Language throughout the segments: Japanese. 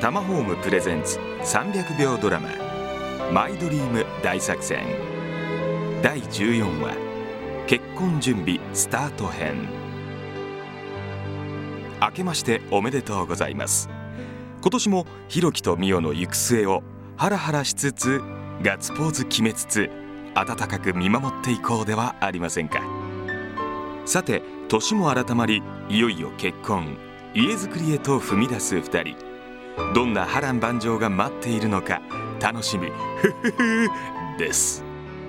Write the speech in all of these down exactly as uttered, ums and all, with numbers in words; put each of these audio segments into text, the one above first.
タマホームプレゼンツさんびゃくびょうドラママイドリーム大作戦だいじゅうよんわ結婚準備スタート編。明けましておめでとうございます。今年もひろきとみおの行く末をハラハラしつつガッツポーズ決めつつ温かく見守っていこうではありませんか。さて年も改まりいよいよ結婚家づくりへと踏み出すふたり。どんな波乱万丈が待っているのか楽しみふふふです。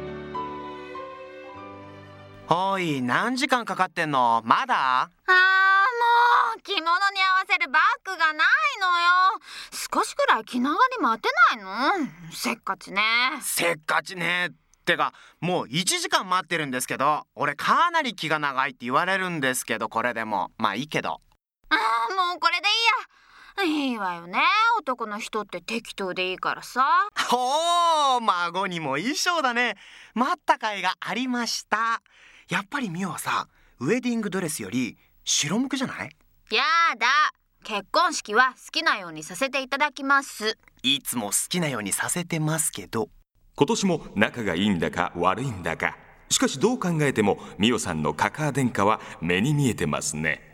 おい、何時間かかってんの？まだ？ あーもう着物に合わせるバッグがないのよ。少しくらい気長に待てないの？せっかちね。 せっかちねってか、もういちじかん待ってるんですけど、俺かなり気が長いって言われるんですけど、これでもまあいいけど。 あーもうこれでいいや。いいわよね、男の人って適当でいいからさ。 ほー、孫にも衣装だね。待った甲斐がありました。やっぱりミオはさ、ウェディングドレスより白むくじゃない？ やだ、結婚式は好きなようにさせていただきます。 いつも好きなようにさせてますけど。 今年も仲がいいんだか悪いんだか、しかしどう考えてもミオさんのカカア殿下は目に見えてますね。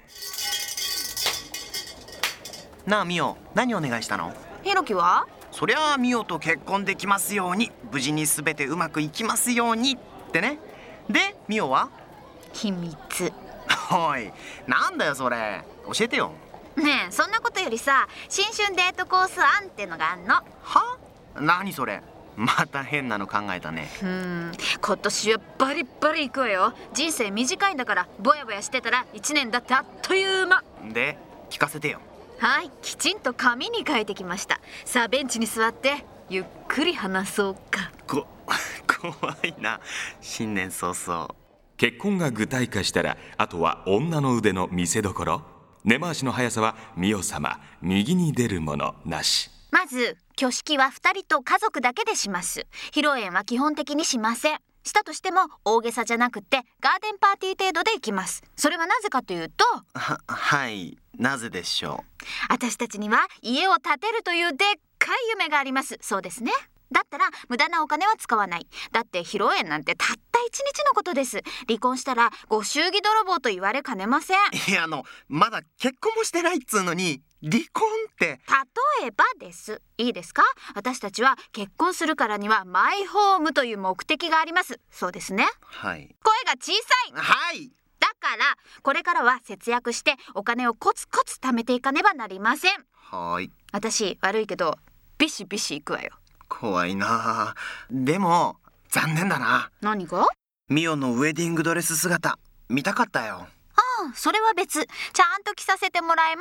なあミオ、何お願いしたの？ ひろきは？ そりゃあミオと結婚できますように、無事に全てうまくいきますようにってね。でミオは？ 秘密。 おい、なんだよそれ、教えてよ。 ねえ、そんなことよりさ、新春デートコース案ってのがあんの。 は？何それ、また変なの考えたね。 うーん、今年はバリバリ行くわよ。人生短いんだから、ぼやぼやしてたらいちねんだってあっという間。 で聞かせてよ。 はい、きちんと紙に書いてきました。さあベンチに座ってゆっくり話そうか。 こ怖いな、新年早々。 結婚が具体化したらあとは女の腕の見せ所。根回しの速さはミオ様右に出るものなし。 まず挙式はふたりと家族だけでします。披露宴は基本的にしません。したとしても大げさじゃなくってガーデンパーティー程度で行きます。それはなぜかというと、 は、はい、なぜでしょう。 私たちには家を建てるというでっかい夢があります。そうですね。だったら無駄なお金は使わない。だって披露宴なんてたった一日のことです。離婚したらご祝儀泥棒と言われかねません。 いや、あのまだ結婚もしてないっつうのに離婚って。 例えばです。いいですか？私たちは結婚するからにはマイホームという目的があります。そうですね。 はい。 声が小さい。 はい。 だからこれからは節約してお金をコツコツ貯めていかねばなりません。 はい。 私悪いけどビシビシ行くわよ。 怖いな。でも残念だな。 何が？ ミオのウェディングドレス姿見たかったよ。 ああ、それは別。ちゃんと着させてもらいます。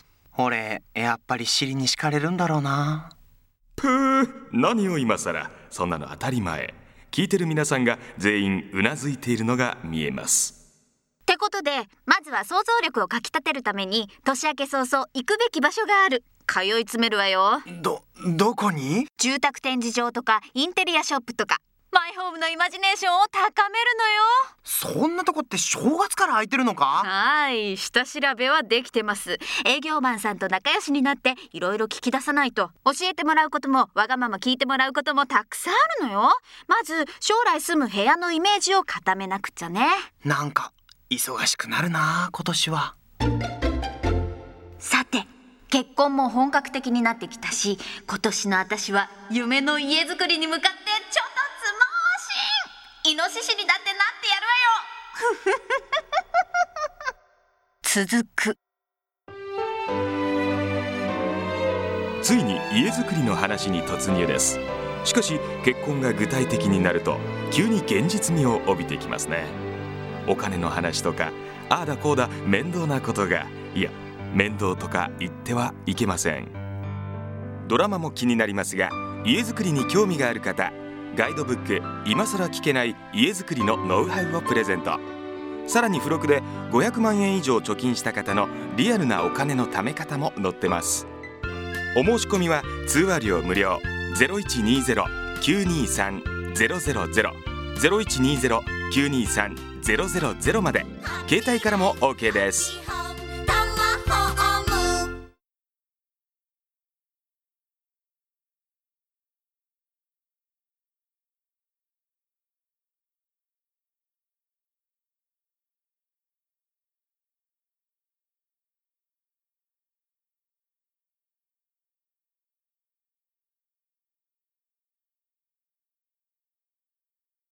俺やっぱり尻に敷かれるんだろうな。 ぷー、何を今さら、そんなの当たり前。聞いてる皆さんが全員うなずいているのが見えます。 ってことでまずは想像力をかきたてるために年明け早々行くべき場所がある。通い詰めるわよ。 ど、どこに？ 住宅展示場とかインテリアショップとか、マイホームのイマジネーションを高めるのよ。 そんなとこって正月から空いてるのか？ はい、下調べはできてます。営業マンさんと仲良しになっていろいろ聞き出さないと。教えてもらうこともわがまま聞いてもらうこともたくさんあるのよ。まず将来住む部屋のイメージを固めなくちゃね。 なんか忙しくなるな今年は。 さて結婚も本格的になってきたし、今年の私は夢の家づくりに向かってちょっとつもーしんイノシシにだってなってやるわよ続く。 ついに家づくりの話に突入です。しかし結婚が具体的になると急に現実味を帯びてきますね。お金の話とかああだこうだ面倒なことが、いや面倒とか言ってはいけません。ドラマも気になりますが、家づくりに興味がある方、ガイドブック今更聞けない家づくりのノウハウをプレゼント。さらに付録でごひゃくまんえん以上貯金した方のリアルなお金の貯め方も載ってます。お申し込みは通話料無料 ゼロいちにゼロ きゅうにさん ゼロゼロゼロ ゼロいちにゼロ きゅうにさん ゼロゼロゼロまで。携帯からも OK です。